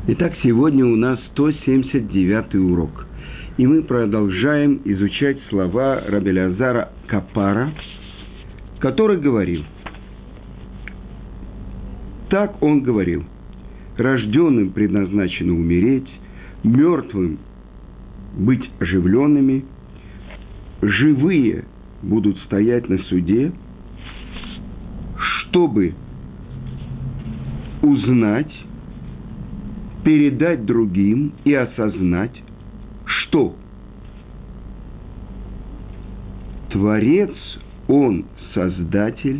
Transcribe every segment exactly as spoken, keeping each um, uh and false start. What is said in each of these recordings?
Итак, сегодня у нас сто семьдесят девятый урок. И мы продолжаем изучать слова раби Элиазара Капара, который говорил, так он говорил: рожденным предназначено умереть, мертвым быть оживленными, живые будут стоять на суде, чтобы узнать, передать другим и осознать, что Творец, Он Создатель,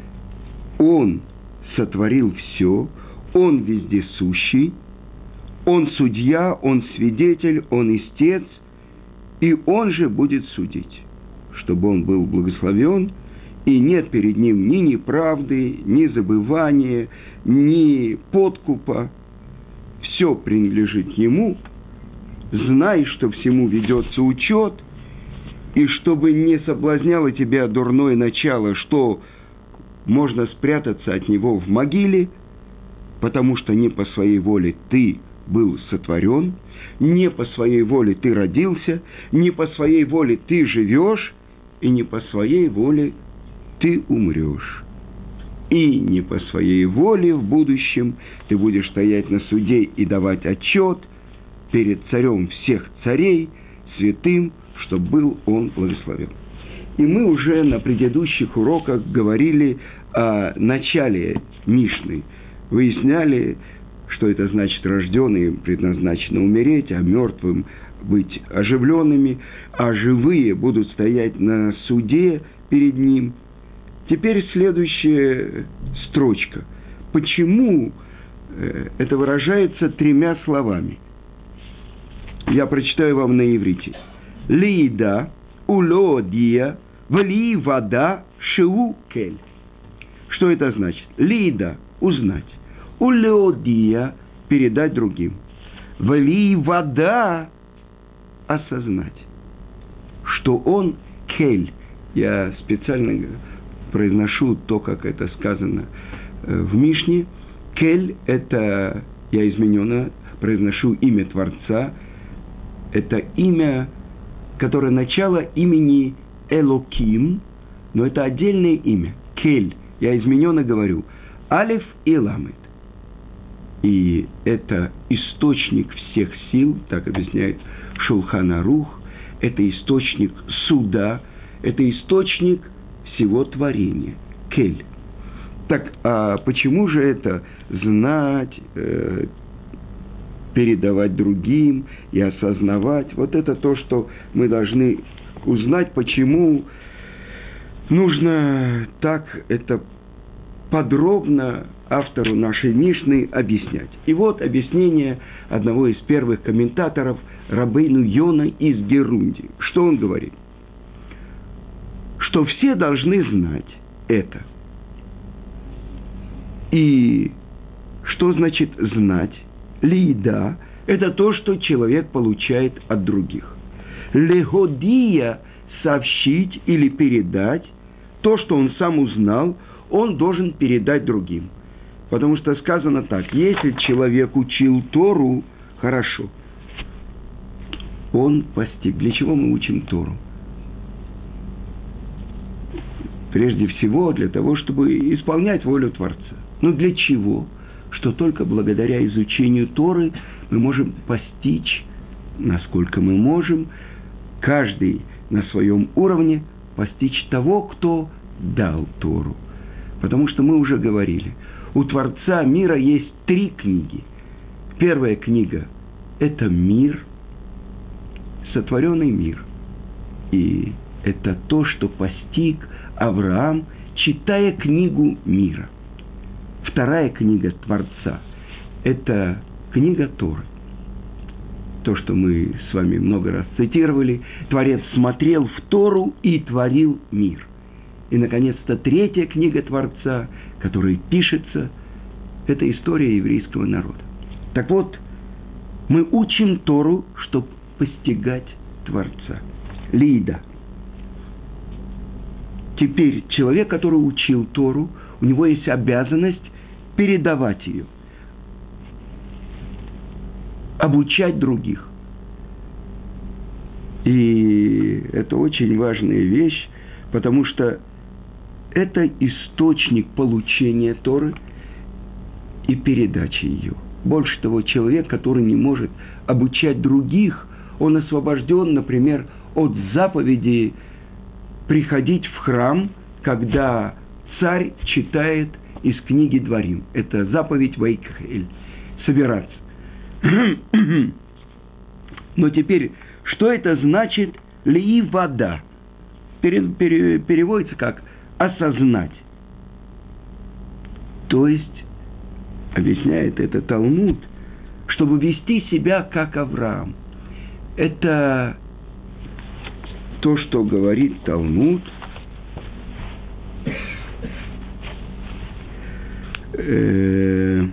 Он сотворил все, Он вездесущий, Он судья, Он свидетель, Он истец, и Он же будет судить, чтобы Он был благословен, и нет перед Ним ни неправды, ни забывания, ни подкупа. Все принадлежит Ему. Знай, что всему ведется учет, и чтобы не соблазняло тебя дурное начало, что можно спрятаться от него в могиле, потому что не по своей воле ты был сотворен, не по своей воле ты родился, не по своей воле ты живешь, и не по своей воле ты умрешь. И не по своей воле в будущем ты будешь стоять на суде и давать отчет перед царем всех царей, святым, чтобы был он благословен. И мы уже на предыдущих уроках говорили о начале Мишны, выясняли, что это значит рожденным предназначено умереть, а мертвым быть оживленными, а живые будут стоять на суде перед ним. Теперь следующая строчка. Почему это выражается тремя словами? Я прочитаю вам на иврите. Лида, улодия, вали вода, шеу кель. Что это значит? Лида – узнать. Улодия – передать другим. Вали вода – осознать, что он кель. Я специально произношу то, как это сказано в Мишне. Кель – это, я измененно произношу имя Творца. Это имя, которое начало имени Элоким, но это отдельное имя. Кель. Я измененно говорю. Алеф и Ламет. И это источник всех сил, так объясняет Шулхан Арух. Это источник суда. Это источник всего творения. Кель. Так, а почему же это знать, э, передавать другим и осознавать? Вот это то, что мы должны узнать, почему нужно так это подробно автору нашей Мишны объяснять. И вот объяснение одного из первых комментаторов, Рабейну Йона из Герунди. Что он говорит? Что все должны знать это. И что значит знать? Лида – это то, что человек получает от других. Легодия – сообщить или передать то, что он сам узнал, он должен передать другим. Потому что сказано так: если человек учил Тору, хорошо, он постиг. Для чего мы учим Тору? Прежде всего, для того, чтобы исполнять волю Творца. Но для чего? Что только благодаря изучению Торы мы можем постичь, насколько мы можем, каждый на своем уровне постичь того, кто дал Тору. Потому что мы уже говорили, у Творца мира есть три книги. Первая книга – это мир, сотворенный мир. И это то, что постиг Авраам, читая книгу мира. Вторая книга Творца – это книга Торы. То, что мы с вами много раз цитировали. Творец смотрел в Тору и творил мир. И, наконец-то, третья книга Творца, которая пишется, это история еврейского народа. Так вот, мы учим Тору, чтобы постигать Творца. Лида. Теперь человек, который учил Тору, у него есть обязанность передавать ее. обучать других. И это очень важная вещь, потому что это источник получения Торы и передачи ее. Больше того, человек, который не может обучать других, он освобожден, например, от заповеди приходить в храм, когда царь читает из книги Дворим. Это заповедь Вайкхель. Собираться. Но теперь, что это значит ли вода? Переводится как осознать. То есть, объясняет это Талмуд, чтобы вести себя как Авраам. Это то, что говорит Талмуд. Э-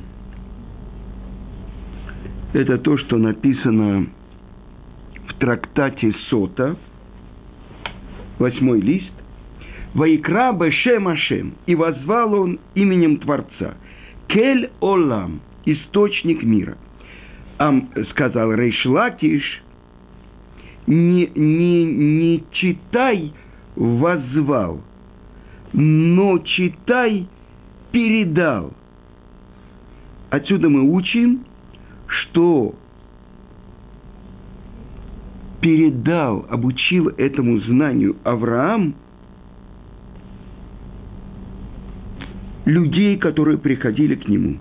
это то, что написано в трактате Сота, восьмой лист. «Ваикра бешем Ашем, и воззвал он именем Творца, Кель Олам, источник мира». Ам сказал Рейш Лакиш, не, не, не читай воззвал, но читай передал. Отсюда мы учим, что передал, обучил этому знанию Авраам людей, которые приходили к нему.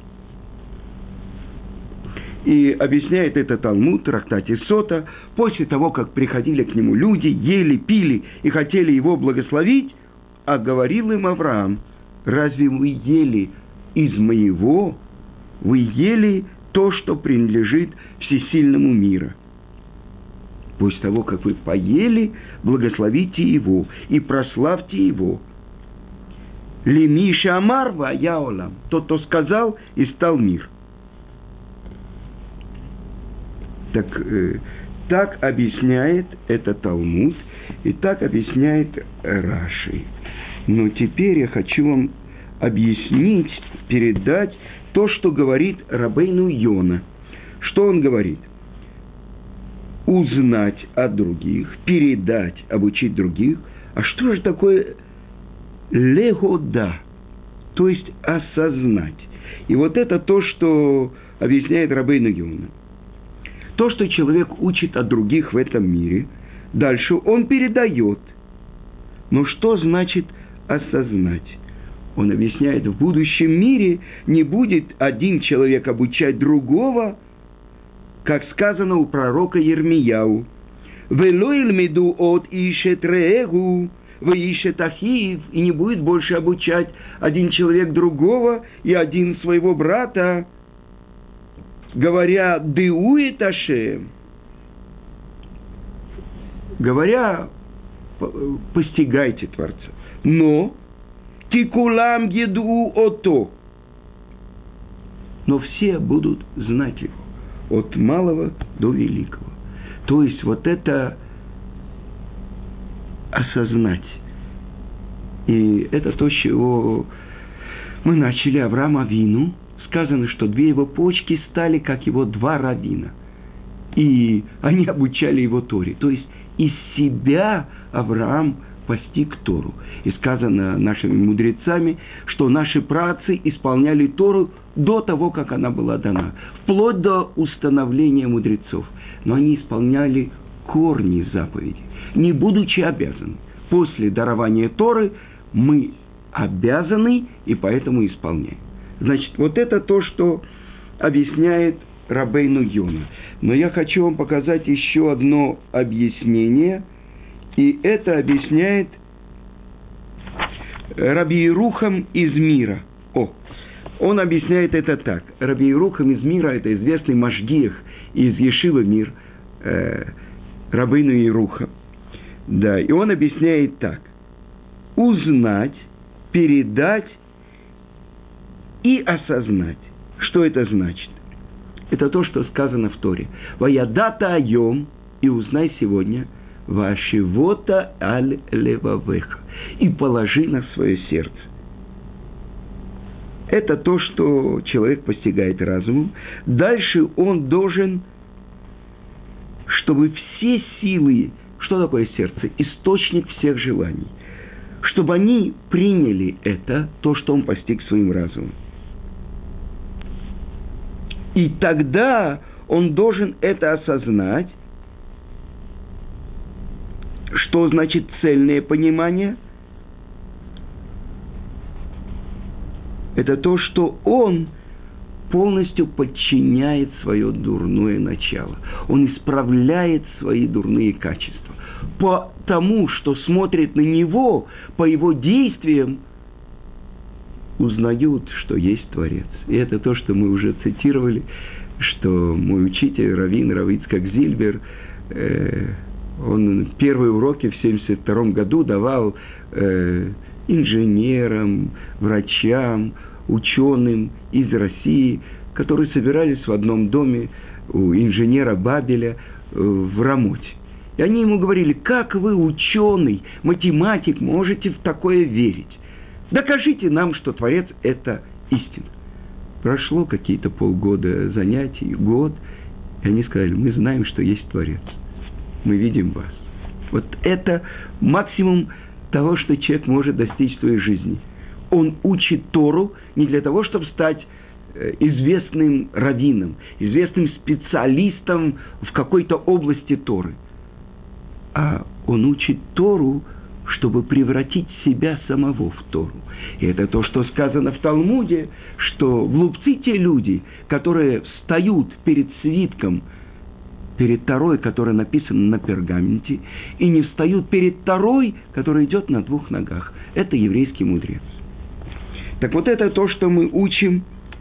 И объясняет это Талмуд в трактате Сота, после того, как приходили к нему люди, ели, пили и хотели его благословить, а говорил им Авраам: разве вы ели из моего, вы ели то, что принадлежит всесильному мира. После того, как вы поели, благословите его и прославьте его. Лемиша Амарва Яолам, тот, кто сказал, и стал мир. Так, э, так объясняет это Талмуд, и так объясняет Раши. Но теперь я хочу вам объяснить, передать то, что говорит Рабейну Йона. Что он говорит? Узнать от других, передать, обучить других. А что же такое легода? То есть осознать. И вот это то, что объясняет Рабейну Йона. То, что человек учит от других в этом мире, дальше он передает. Но что значит осознать? Он объясняет, в будущем мире не будет один человек обучать другого, как сказано у пророка Йирмияу. «Вело ильмеду от ишет реэгу, вэ ишет ахив», и не будет больше обучать один человек другого и один своего брата, говоря «деует Ашем», говоря «постигайте Творца». Но «тикулам еду ото», но все будут знать его, от малого до великого. То есть вот это осознать. И это то, с чего мы начали. Авраам Авину. Сказано, что две его почки стали, как его два раввина. И они обучали его Торе. То есть из себя Авраам постиг Тору. И сказано нашими мудрецами, что наши праотцы исполняли Тору до того, как она была дана. Вплоть до установления мудрецов. Но они исполняли корни заповедей, не будучи обязаны. После дарования Торы мы обязаны и поэтому исполняем. Значит, вот это то, что объясняет Рабейну Йона. Но я хочу вам показать еще одно объяснение. И это объясняет Раби Ерухам из мира. О, он объясняет это так. Раби Ерухам из мира – это известный машгиах из Ешивы Мир, э, Рабейну Ерухам. Да, и он объясняет так. Узнать, передать и осознать. Что это значит? Это то, что сказано в Торе. «Ваядата айом», и узнай сегодня, «Вашивота аль левавеха», и положи на свое сердце. Это то, что человек постигает разумом. Дальше он должен, чтобы все силы, что такое сердце? Источник всех желаний. Чтобы они приняли это, то, что он постиг своим разумом. И тогда он должен это осознать, что значит цельное понимание. Это то, что он полностью подчиняет свое дурное начало. Он исправляет свои дурные качества. По тому, что смотрит на него, по его действиям, узнают, что есть Творец. И это то, что мы уже цитировали, что мой учитель, раввин Рав Ицхак Зильбер, э, он первые уроки в семьдесят втором году давал э, инженерам, врачам, ученым из России, которые собирались в одном доме у инженера Бабеля э, в Рамоте. И они ему говорили: как вы, ученый, математик, можете в такое верить? Докажите нам, что Творец – это истина. Прошло какие-то полгода занятий, год, и они сказали: мы знаем, что есть Творец. Мы видим вас. Вот это максимум того, что человек может достичь в своей жизни. Он учит Тору не для того, чтобы стать известным раввином, известным специалистом в какой-то области Торы. А он учит Тору, чтобы превратить себя самого в Тору. И это то, что сказано в Талмуде, что глупцы те люди, которые встают перед свитком, перед Торой, которая написана на пергаменте, и не встают перед Торой, которая идет на двух ногах. Это еврейский мудрец. Так вот это то, что мы учим.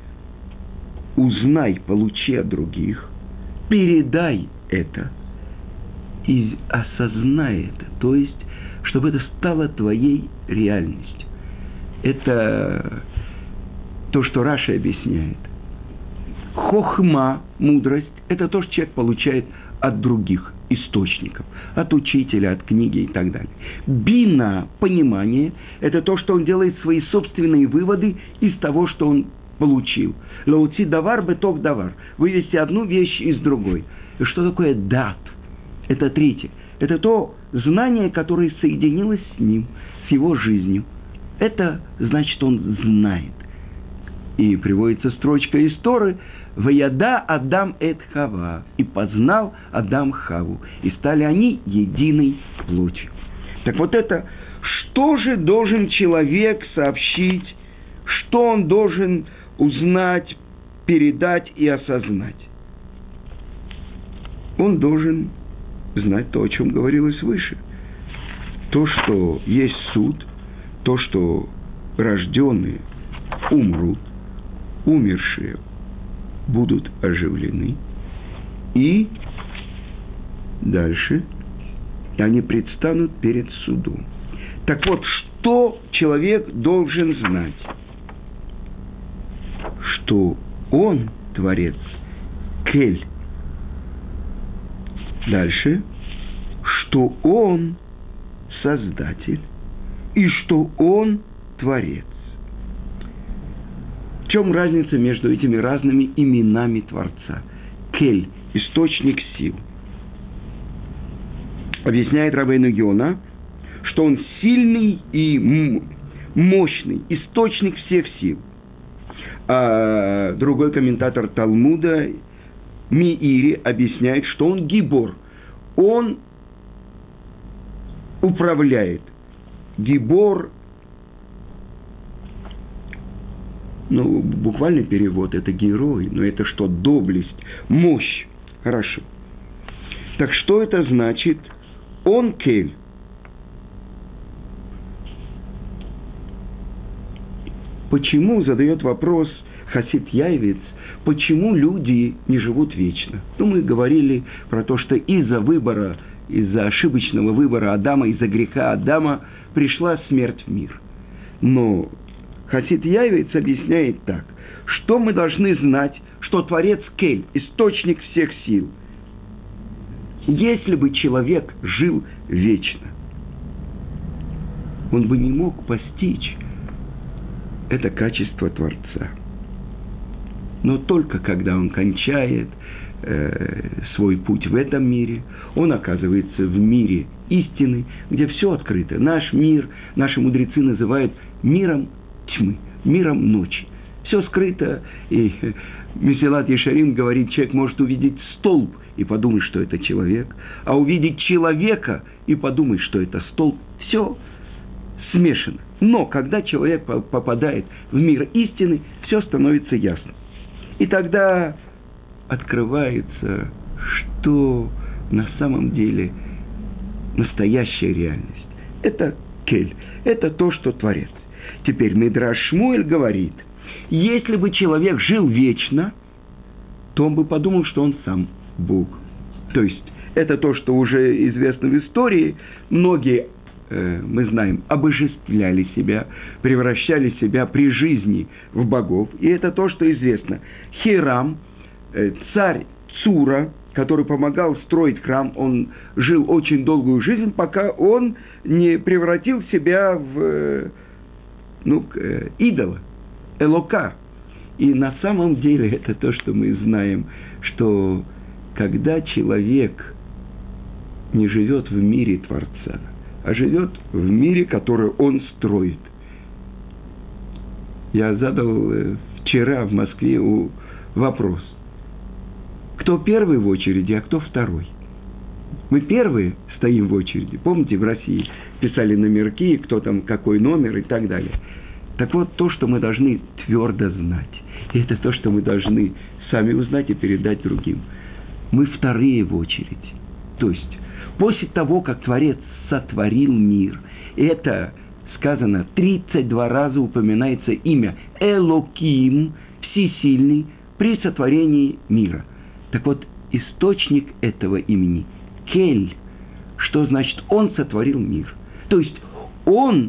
Узнай, получи от других, передай это и осознай это. То есть, чтобы это стало твоей реальностью. Это то, что Раши объясняет. Хохма, мудрость, это то, что человек получает от других источников, от учителя, от книги и так далее. Бина, понимание, это то, что он делает свои собственные выводы из того, что он получил. Лауци давар беток давар. Вывести одну вещь из другой. И что такое дат? Это третье. Это то знание, которое соединилось с ним, с его жизнью. Это значит, он знает. И приводится строчка из Торы: «Ваяда Адам эт Хава». И познал Адам Хаву. И стали они единой плотью. Так вот это, что же должен человек сообщить, что он должен узнать, передать и осознать? Он должен знать то, о чем говорилось выше. То, что есть суд, то, что рожденные умрут, умершие будут оживлены, и дальше они предстанут перед судом. Так вот, что человек должен знать? Что он Творец, Кель. Дальше, что он Создатель, и что он Творец. В чем разница между этими разными именами Творца? Кель – источник сил. Объясняет Рабейну Йона, что он сильный и мощный, источник всех сил. А другой комментатор Талмуда, Миири, объясняет, что он гибор. Он управляет. Гибор, ну, буквальный перевод – это герой, но это что? Доблесть, мощь. Хорошо. Так что это значит? Он кель. Почему, задает вопрос Хасид Яйвец, почему люди не живут вечно? Ну, мы говорили про то, что из-за выбора, из-за ошибочного выбора Адама, из-за греха Адама пришла смерть в мир. Но Хасид Яйвец объясняет так, что мы должны знать, что Творец Кель, источник всех сил. Если бы человек жил вечно, он бы не мог постичь – это качество Творца. Но только когда он кончает э, свой путь в этом мире, он оказывается в мире истины, где все открыто. Наш мир, наши мудрецы называют миром тьмы, миром ночи. Все скрыто, и Месилат Ешарим говорит, человек может увидеть столб и подумать, что это человек, а увидеть человека и подумать, что это столб. Все смешано. Но когда человек попадает в мир истины, все становится ясно. И тогда открывается, что на самом деле настоящая реальность. Это кель, это то, что Творец. Теперь Мидраш Шмуэль говорит, если бы человек жил вечно, то он бы подумал, что он сам Бог. То есть, это то, что уже известно в истории. Многие, э, мы знаем, обожествляли себя, превращали себя при жизни в богов. И это то, что известно. Хирам, э, царь Цура, который помогал строить храм, он жил очень долгую жизнь, пока он не превратил себя в э, ну, э, идола. Элока. И на самом деле это то, что мы знаем, что когда человек не живет в мире Творца, а живет в мире, который он строит. Я задал вчера в Москве вопрос. Кто первый в очереди, а кто второй? Мы первые стоим в очереди. Помните, в России писали номерки, кто там, какой номер и так далее. Так вот, то, что мы должны твердо знать, и это то, что мы должны сами узнать и передать другим. Мы вторые в очередь. То есть, после того, как Творец сотворил мир, это сказано, тридцать два раза упоминается имя Элоким, Всесильный, при сотворении мира. Так вот, источник этого имени – Кель, что значит, он сотворил мир. То есть, он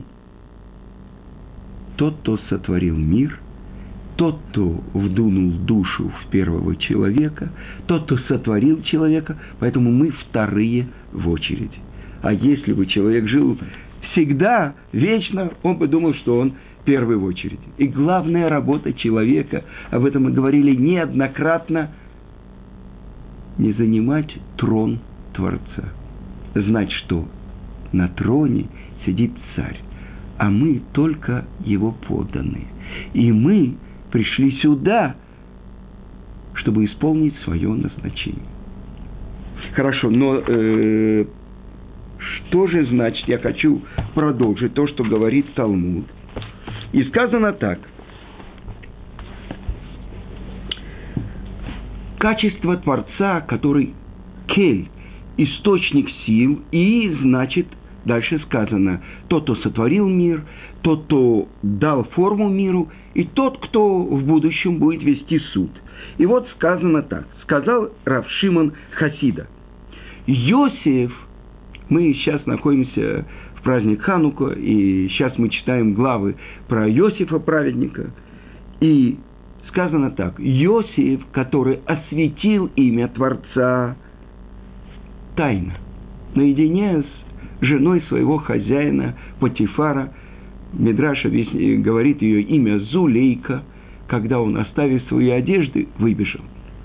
тот, кто сотворил мир, тот, кто вдунул душу в первого человека, тот, кто сотворил человека, поэтому мы вторые в очереди. А если бы человек жил всегда, вечно, он бы думал, что он первый в очереди. И главная работа человека, об этом мы говорили неоднократно, не занимать трон Творца. Знать, что на троне сидит царь, а мы только его подданные. И мы пришли сюда, чтобы исполнить свое назначение. Хорошо, но э, что же значит, я хочу продолжить то, что говорит Талмуд. И сказано так. Качество Творца, который кель, источник сил, и, значит, дальше сказано, тот, кто сотворил мир, тот, кто дал форму миру, и тот, кто в будущем будет вести суд. И вот сказано так. Сказал Рав Шимон Хасида. Йосеф, мы сейчас находимся в праздник Ханука, и сейчас мы читаем главы про Йосефа, праведника, и сказано так. Йосеф, который осветил имя Творца тайно, наедине с женой своего хозяина Потифара, Мидраш говорит ее имя Зулейка, когда он, оставив свои одежды, выбежал.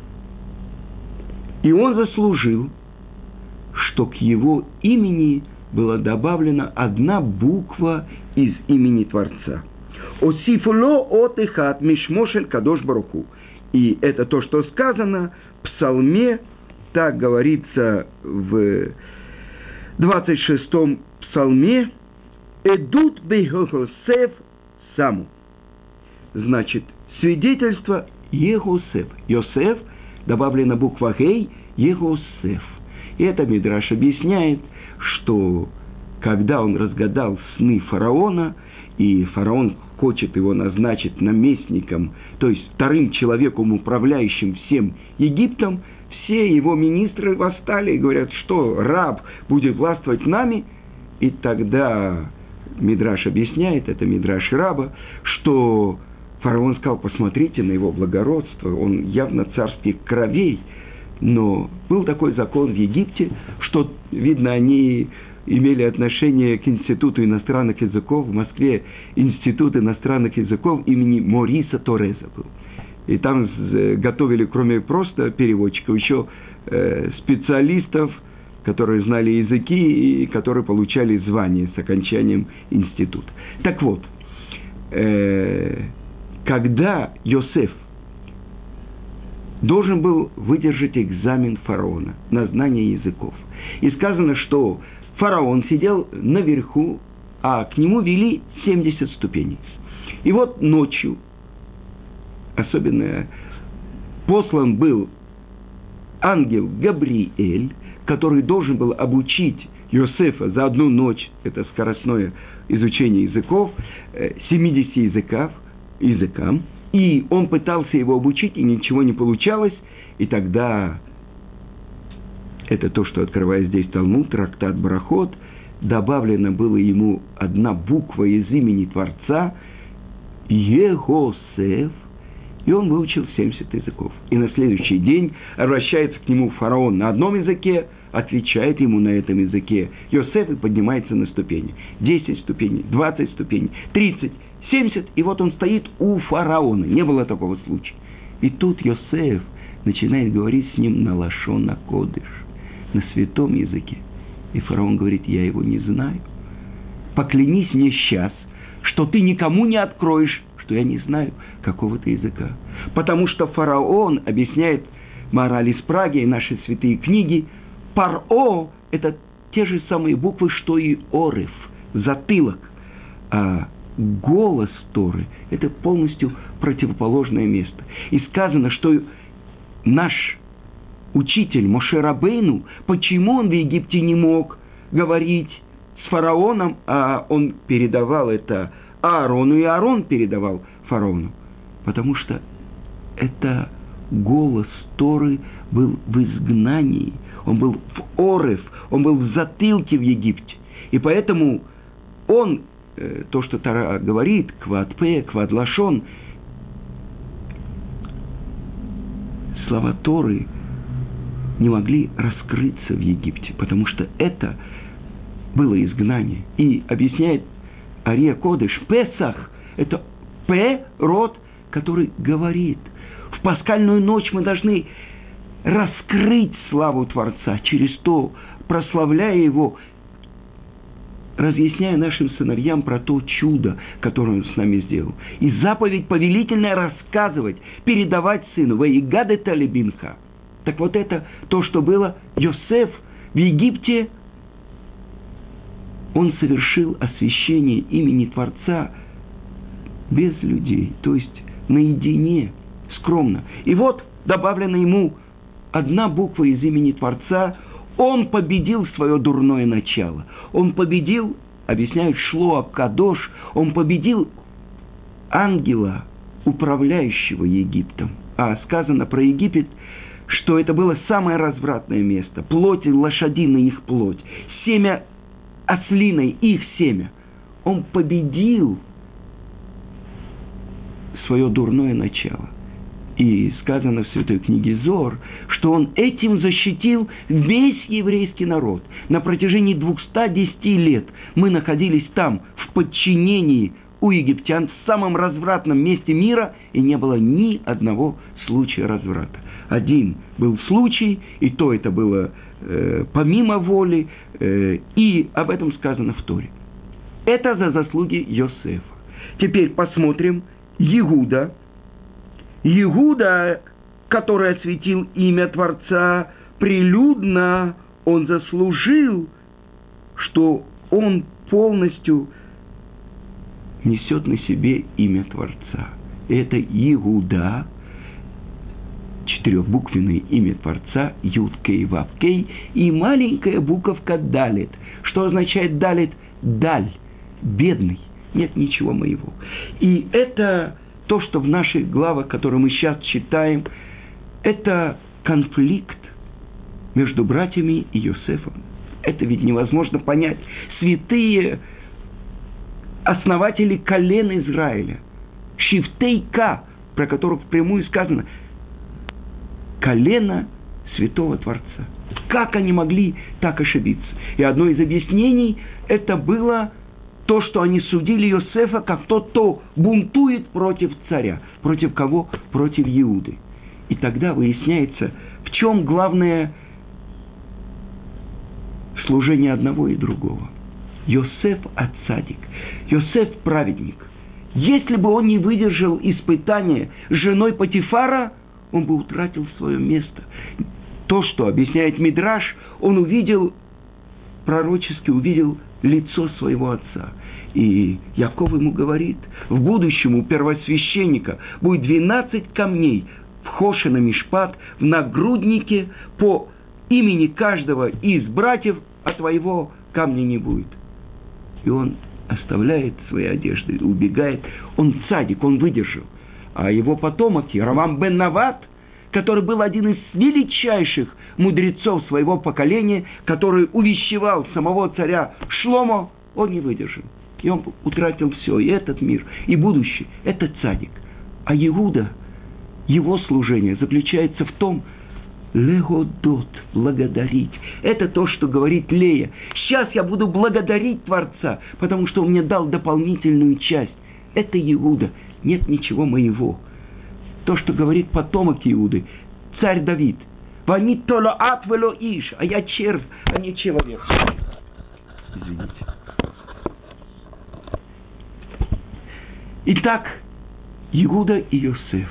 И он заслужил, что к его имени была добавлена одна буква из имени Творца. «Осифуло отехат мишмошель кадош баруху». И это то, что сказано в Псалме, так говорится в двадцать шестом Псалме, «Эдут бейхосеф саму». Значит, свидетельство Егосеф. Йосеф, добавлена буква Гей, Егосеф. И это Мидраш объясняет, что когда он разгадал сны фараона, и фараон хочет его назначить наместником, то есть вторым человеком, управляющим всем Египтом, все его министры восстали и говорят, что раб будет властвовать нами. И тогда Мидраш объясняет, это Мидраш раба, что фараон сказал, посмотрите на его благородство, он явно царских кровей. Но был такой закон в Египте, что, видно, они имели отношение к Институту иностранных языков. В Москве Институт иностранных языков имени Мориса Тореза был. И там готовили, кроме просто переводчиков, еще специалистов, которые знали языки и которые получали звание с окончанием института. Так вот, когда Йосеф должен был выдержать экзамен фараона на знание языков, и сказано, что фараон сидел наверху, а к нему вели семьдесят ступеней. И вот ночью, особенно послан был ангел Габриэль, который должен был обучить Йосефа за одну ночь, это скоростное изучение языков, семидесяти языков, языкам, и он пытался его обучить, и ничего не получалось, и тогда, это то, что открывает здесь Талмуд, трактат Брахот, добавлена была ему одна буква из имени Творца, Егосеф, и он выучил семьдесят языков. И на следующий день обращается к нему фараон на одном языке, отвечает ему на этом языке. Йосеф и поднимается на ступени. десять ступеней, двадцать ступеней, тридцать, семьдесят. И вот он стоит у фараона. Не было такого случая. И тут Йосеф начинает говорить с ним на лашон а-кодеш, на святом языке. И фараон говорит: я его не знаю. Поклянись мне сейчас, что ты никому не откроешь, что я не знаю какого-то языка. Потому что фараон, объясняет Маораль из Праги и наши святые книги, Паро – это те же самые буквы, что и Орев, затылок. А голос Торы – это полностью противоположное место. И сказано, что наш учитель Моше Рабейну, почему он в Египте не мог говорить с фараоном, а он передавал это Аарону, и Аарон передавал фараону? Потому что это голос Торы был в изгнании, он был в Орев, он был в затылке в Египте. И поэтому он, э, то, что Тора говорит, квад-пе, квад-лашон, слова Торы не могли раскрыться в Египте, потому что это было изгнание. И объясняет Ария Кодеш, Песах – это П, род, который говорит. В пасхальную ночь мы должны раскрыть славу Творца, через то, прославляя Его, разъясняя нашим сыновьям про то чудо, которое Он с нами сделал. И заповедь повелительная рассказывать, передавать сыну. «Ваигадета лебинха». Так вот это то, что было. Йосеф в Египте, он совершил освящение имени Творца без людей, то есть наедине, скромно. И вот добавлена ему одна буква из имени Творца. Он победил свое дурное начало. Он победил, объясняют Шлоа Кадош, он победил ангела, управляющего Египтом. А сказано про Египет, что это было самое развратное место. Плоть лошадиной их плоть, семя ослиной их семя. Он победил свое дурное начало. И сказано в Святой книге Зоар, что он этим защитил весь еврейский народ. На протяжении двухсот десяти лет мы находились там, в подчинении у египтян, в самом развратном месте мира, и не было ни одного случая разврата. Один был случай, и то это было э, помимо воли, э, и об этом сказано в Торе. Это за заслуги Йосефа. Теперь посмотрим Иуда. Иуда, который осветил имя Творца прилюдно, он заслужил, что он полностью несет на себе имя Творца. Это Иуда, четырехбуквенное имя Творца, Юд-Кей, Вав-Кей, и маленькая буковка Далет. Что означает Далет? Даль, бедный, нет ничего моего. И это то, что в наших главах, которые мы сейчас читаем, это конфликт между братьями и Йосефом. Это ведь невозможно понять. Святые основатели колен Израиля, Шифтей-Ка, про которых впрямую сказано, колено святого Творца. Как они могли так ошибиться? И одно из объяснений – это было то, что они судили Йосефа как тот, кто бунтует против царя. Против кого? Против Иуды. И тогда выясняется, в чем главное служение одного и другого. Йосеф ацадик, Йосеф праведник. Если бы он не выдержал испытания с женой Потифара, он бы утратил свое место. То, что объясняет Мидраш, он увидел, пророчески увидел лицо своего отца. И Яков ему говорит, в будущем у первосвященника будет двенадцать камней в Хошена Мишпат, в нагруднике по имени каждого из братьев, а твоего камня не будет. И он оставляет свои одежды, убегает. Он цадик, он выдержал. А его потомок, Яровам бен Нават, который был один из величайших мудрецов своего поколения, который увещевал самого царя Шломо, он не выдержал. И он утратил все, и этот мир, и будущее. Это цадик. А Иуда, его служение заключается в том, легодот, благодарить. Это то, что говорит Лея. Сейчас я буду благодарить Творца, потому что он мне дал дополнительную часть. Это Иуда. Нет ничего моего. То, что говорит потомок Иуды, царь Давид. Вани толоат вело иш, а я червь, а не человек. Извините. Итак, Иуда и Йосеф.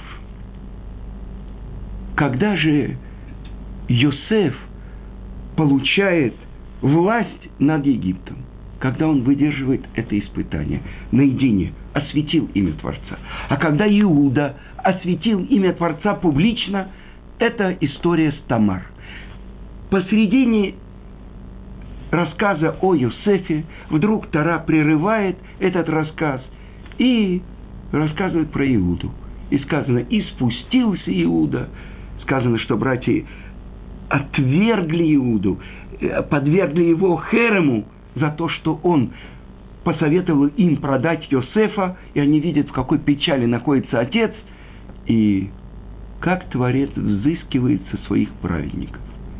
Когда же Йосеф получает власть над Египтом, когда он выдерживает это испытание наедине, осветил имя Творца. А когда Иуда осветил имя Творца публично, это история с Тамар. Посредине рассказа о Йосефе вдруг Тора прерывает этот рассказ и рассказывает про Иуду. И сказано, и спустился Иуда. Сказано, что братья отвергли Иуду, подвергли его херему за то, что он посоветовал им продать Йосефа, и они видят, в какой печали находится отец, и как Творец взыскивает со своих праведников.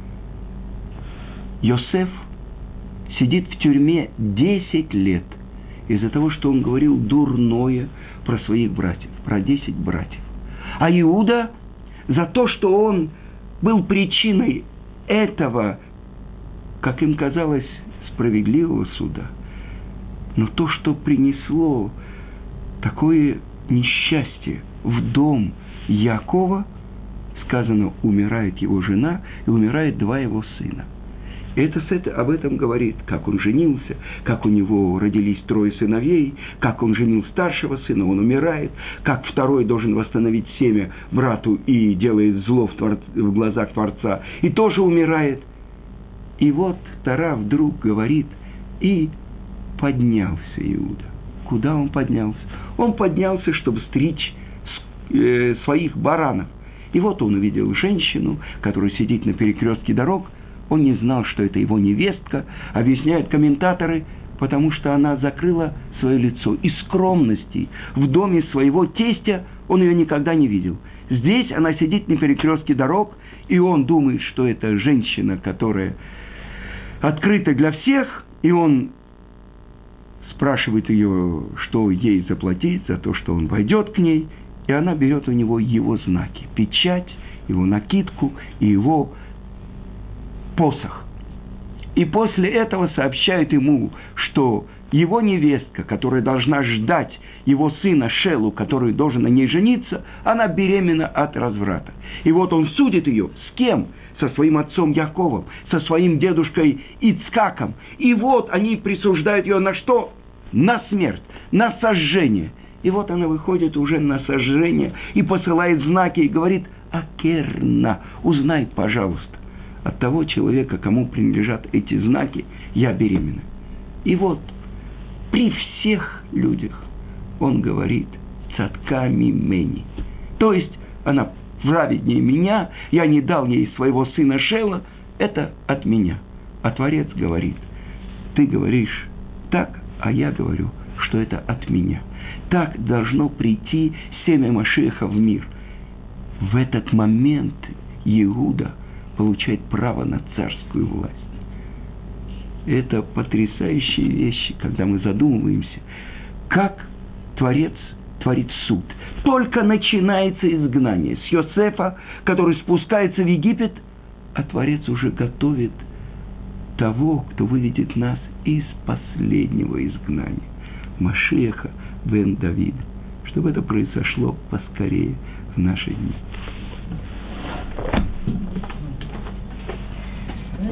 Йосеф сидит в тюрьме десять лет из-за того, что он говорил дурное про своих братьев, про десять братьев. А Иуда за то, что он был причиной этого, как им казалось, справедливого суда. Но то, что принесло такое несчастье в дом Якова, сказано, умирает его жена и умирает два его сына. И это, это об этом говорит, как он женился, как у него родились трое сыновей, как он женил старшего сына, он умирает, как второй должен восстановить семя брату и делает зло в, твор... в глазах Творца, и тоже умирает. И вот Тора вдруг говорит, и поднялся Иуда. Куда он поднялся? Он поднялся, чтобы стричь э, своих баранов. И вот он увидел женщину, которая сидит на перекрестке дорог. Он не знал, что это его невестка, объясняют комментаторы, потому что она закрыла свое лицо. Из скромности в доме своего тестя он ее никогда не видел. Здесь она сидит на перекрестке дорог, и он думает, что это женщина, которая открыта для всех, и он спрашивает ее, что ей заплатить за то, что он войдет к ней, и она берет у него его знаки, печать, его накидку и его посох. И после этого сообщают ему, что его невестка, которая должна ждать его сына Шелу, который должен на ней жениться, она беременна от разврата. И вот он судит ее. С кем? Со своим отцом Яковом, со своим дедушкой Ицкаком. И вот они присуждают ее на что? На смерть, на сожжение. И вот она выходит уже на сожжение и посылает знаки и говорит: «Акерна, узнай, пожалуйста, от того человека, кому принадлежат эти знаки, я беременна». И вот при всех людях он говорит: «Цатками мени». То есть она праведнее меня, я не дал ей своего сына Шела, это от меня. А Творец говорит: ты говоришь так, а я говорю, что это от меня. Так должно прийти семя Машиаха в мир. В этот момент Иуда получает право на царскую власть. Это потрясающие вещи, когда мы задумываемся, как Творец творит суд. Только начинается изгнание с Йосефа, который спускается в Египет, а Творец уже готовит того, кто выведет нас из последнего изгнания. Машиаха бен Давида. Чтобы это произошло поскорее в наши дни.